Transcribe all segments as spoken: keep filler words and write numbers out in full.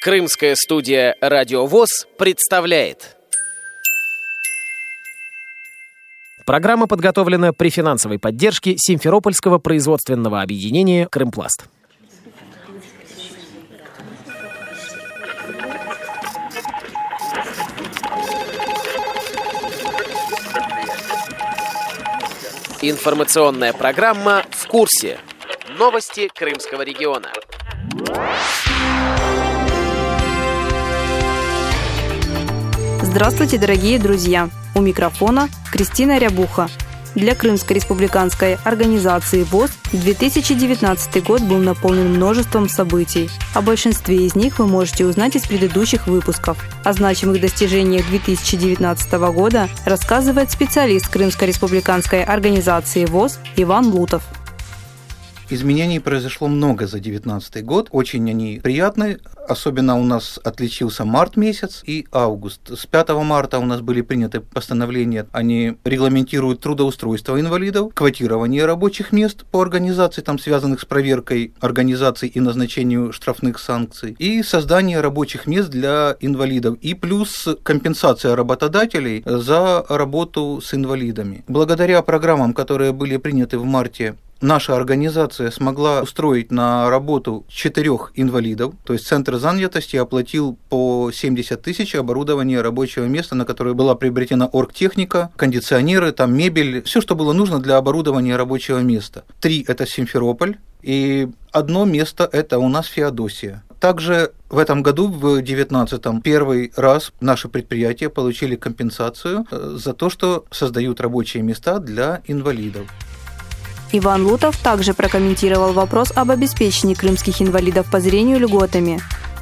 Крымская студия «Радио ВОС» представляет. Программа подготовлена при финансовой поддержке Симферопольского производственного объединения «Крымпласт». Информационная программа «В курсе». Новости Крымского региона. Здравствуйте, дорогие друзья! У микрофона Кристина Рябуха. Для Крымской республиканской организации ВОС две тысячи девятнадцатый год был наполнен множеством событий. О большинстве из них вы можете узнать из предыдущих выпусков. О значимых достижениях две тысячи девятнадцатого года рассказывает специалист Крымской республиканской организации ВОС Иван Лутов. Изменений произошло много за две тысячи девятнадцатый год, очень они приятные, особенно у нас отличился март месяц и август. С пятого марта у нас были приняты постановления, они регламентируют трудоустройство инвалидов, квотирование рабочих мест по организации, там, связанных с проверкой организаций и назначению штрафных санкций, и создание рабочих мест для инвалидов, и плюс компенсация работодателей за работу с инвалидами. Благодаря программам, которые были приняты в марте, наша организация смогла устроить на работу четырех инвалидов, то есть Центр занятости оплатил по семьдесят тысяч оборудования рабочего места, на которое была приобретена оргтехника, кондиционеры, там мебель, все, что было нужно для оборудования рабочего места. Три – это Симферополь, и одно место – это у нас Феодосия. Также в этом году, в девятнадцатом, первый раз наши предприятия получили компенсацию за то, что создают рабочие места для инвалидов. Иван Лутов также прокомментировал вопрос об обеспечении крымских инвалидов по зрению льготами.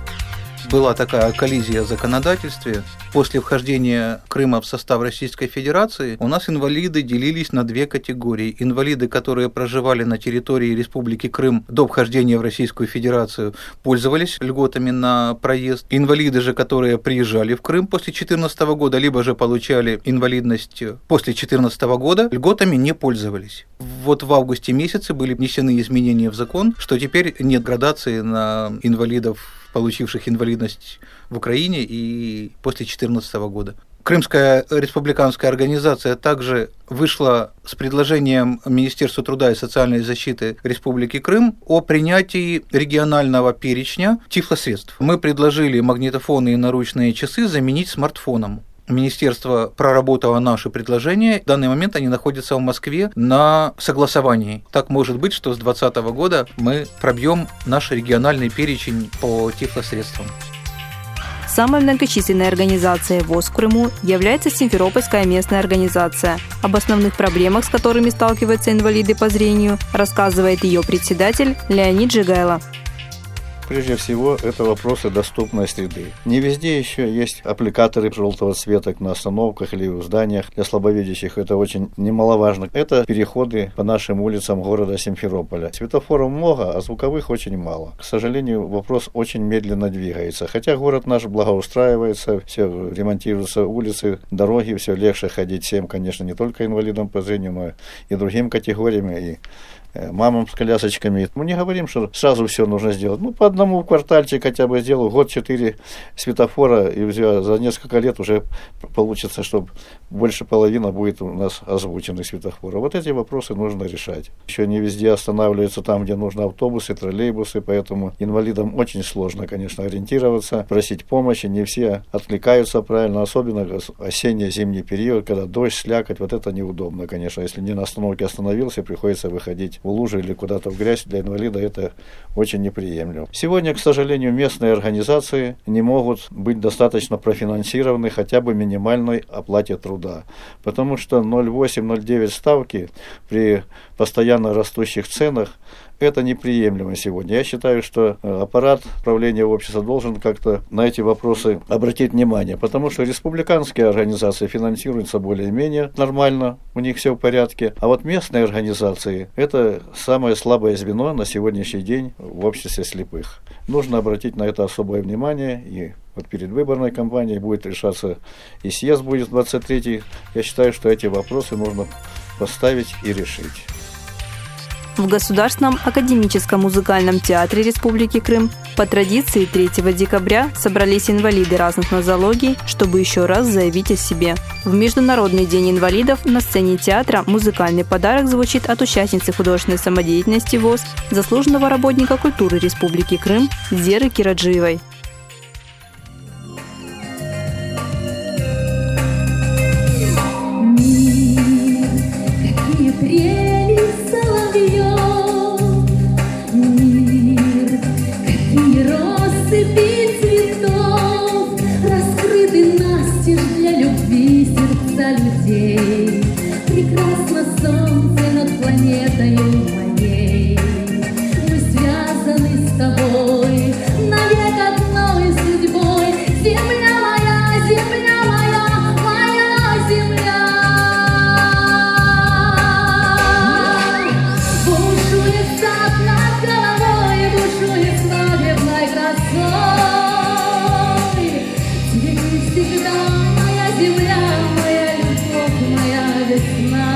Была такая коллизия в законодательстве. После вхождения Крыма в состав Российской Федерации у нас инвалиды делились на две категории. Инвалиды, которые проживали на территории Республики Крым до вхождения в Российскую Федерацию, пользовались льготами на проезд. Инвалиды же, которые приезжали в Крым после две тысячи четырнадцатого года, либо же получали инвалидность после две тысячи четырнадцатого года, льготами не пользовались. Вот в августе месяце были внесены изменения в закон, что теперь нет градации на инвалидов, получивших инвалидность в Украине и после две тысячи четырнадцатого года. Крымская республиканская организация также вышла с предложением Министерства труда и социальной защиты Республики Крым о принятии регионального перечня тифлосредств. Мы предложили магнитофоны и наручные часы заменить смартфоном. Министерство проработало наши предложения. В данный момент они находятся в Москве на согласовании. Так может быть, что с две тысячи двадцатого года мы пробьем наш региональный перечень по тифлосредствам. Самой многочисленной организацией ВОС в Крыму является Симферопольская местная организация. Об основных проблемах, с которыми сталкиваются инвалиды по зрению, рассказывает ее председатель Леонид Жигайло. Прежде всего, это вопросы доступной среды. Не везде еще есть аппликаторы желтого цвета на остановках или в зданиях для слабовидящих. Это очень немаловажно. Это переходы по нашим улицам города Симферополя. Светофоров много, а звуковых очень мало. К сожалению, вопрос очень медленно двигается. Хотя город наш благоустраивается, все ремонтируются улицы, дороги, все легче ходить всем, конечно, не только инвалидам по зрению, но и другим категориям, и мамам с колясочками. Мы не говорим, что сразу все нужно сделать. Ну, по одному квартальчик хотя бы сделал, год-четыре светофора, и за несколько лет уже получится, что больше половины будет у нас озвученных светофоров. Вот эти вопросы нужно решать. Еще не везде останавливаются там, где нужно автобусы, троллейбусы, поэтому инвалидам очень сложно, конечно, ориентироваться, просить помощи. Не все откликаются правильно, особенно осенне-зимний период, когда дождь, слякоть, вот это неудобно, конечно. Если не на остановке остановился, приходится выходить в лужу или куда-то в грязь. Для инвалида это очень неприемлемо. Сегодня, к сожалению, местные организации не могут быть достаточно профинансированы хотя бы минимальной оплате труда, потому что ноль целых восемь - ноль целых девять ставки при постоянно растущих ценах это неприемлемо сегодня. Я считаю, что аппарат правления общества должен как-то на эти вопросы обратить внимание, потому что республиканские организации финансируются более-менее нормально, у них все в порядке, а вот местные организации – это самое слабое звено на сегодняшний день в обществе слепых. Нужно обратить на это особое внимание, и вот перед выборной кампанией будет решаться, и съезд будет двадцать третий. Я считаю, что эти вопросы нужно поставить и решить. В Государственном академическом музыкальном театре Республики Крым по традиции третьего декабря собрались инвалиды разных нозологий, чтобы еще раз заявить о себе. В Международный день инвалидов на сцене театра музыкальный подарок звучит от участницы художественной самодеятельности ВОС, заслуженного работника культуры Республики Крым Зеры Кираджиевой. Прекрасно солнце над планетой моей. Мы связаны с тобой навек одной судьбой. Земля моя, земля моя, моя земля. Бушует сад над головой, бушует свадебной красой. Тебе всегда моя земля, моя любовь, моя весна.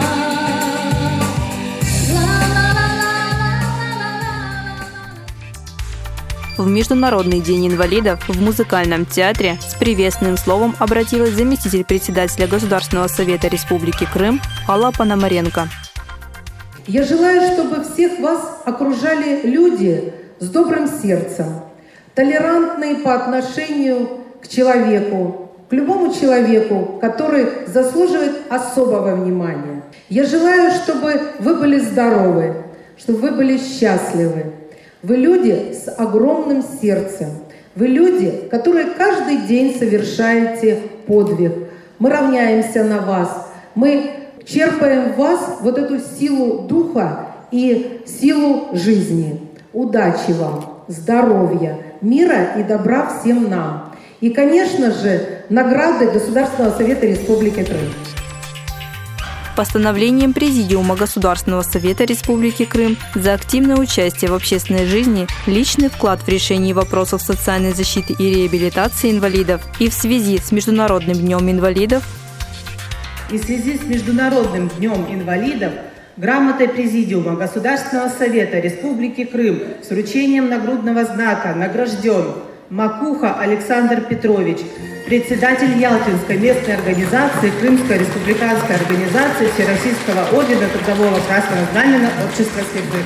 В Международный день инвалидов в музыкальном театре с приветственным словом обратилась заместитель председателя Государственного совета Республики Крым Алла Пономаренко. Я желаю, чтобы всех вас окружали люди с добрым сердцем, толерантные по отношению к человеку, к любому человеку, который заслуживает особого внимания. Я желаю, чтобы вы были здоровы, чтобы вы были счастливы. Вы люди с огромным сердцем. Вы люди, которые каждый день совершаете подвиг. Мы равняемся на вас. Мы черпаем в вас вот эту силу духа и силу жизни. Удачи вам, здоровья, мира и добра всем нам. И, конечно же, награды Государственного совета Республики Крым. Постановлением Президиума Государственного совета Республики Крым за активное участие в общественной жизни, личный вклад в решение вопросов социальной защиты и реабилитации инвалидов и в связи с Международным днем инвалидов И в связи с Международным днем инвалидов грамотой Президиума Государственного совета Республики Крым с вручением нагрудного знака награжден Макуха Александр Петрович, председатель Ялтинской местной организации Крымской республиканской организации Всероссийского ордена Трудового Красного Знамени Общества слепых.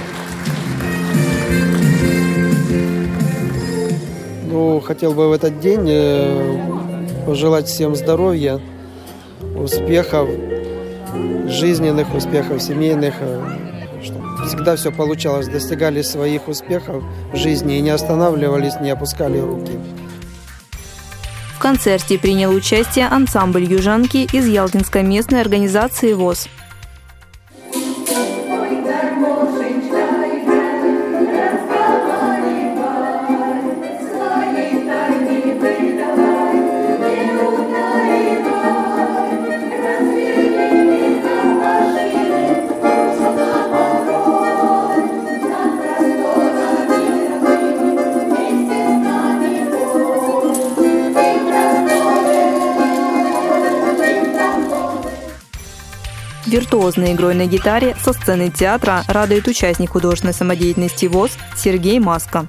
Ну, хотел бы в этот день пожелать всем здоровья, успехов, жизненных успехов, семейных, чтобы всегда все получалось, достигали своих успехов в жизни и не останавливались, не опускали руки. В концерте принял участие ансамбль «Южанки» из Ялтинской местной организации ВОС. Виртуозной игрой на гитаре со сцены театра радует участник художественной самодеятельности ВОС Сергей Маска.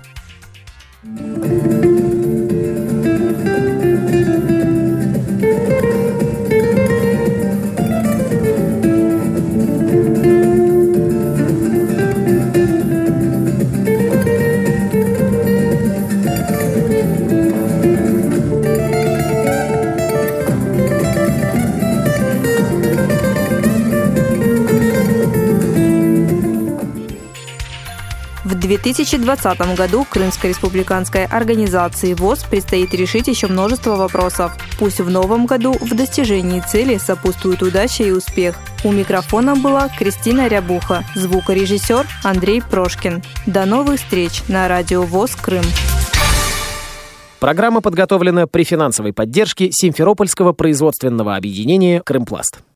В две тысячи двадцатом году Крымской республиканской организации ВОС предстоит решить еще множество вопросов. Пусть в новом году в достижении цели сопутствует удача и успех. У микрофона была Кристина Рябуха, звукорежиссер Андрей Прошкин. До новых встреч на радио ВОС Крым. Программа подготовлена при финансовой поддержке Симферопольского производственного объединения «Крымпласт».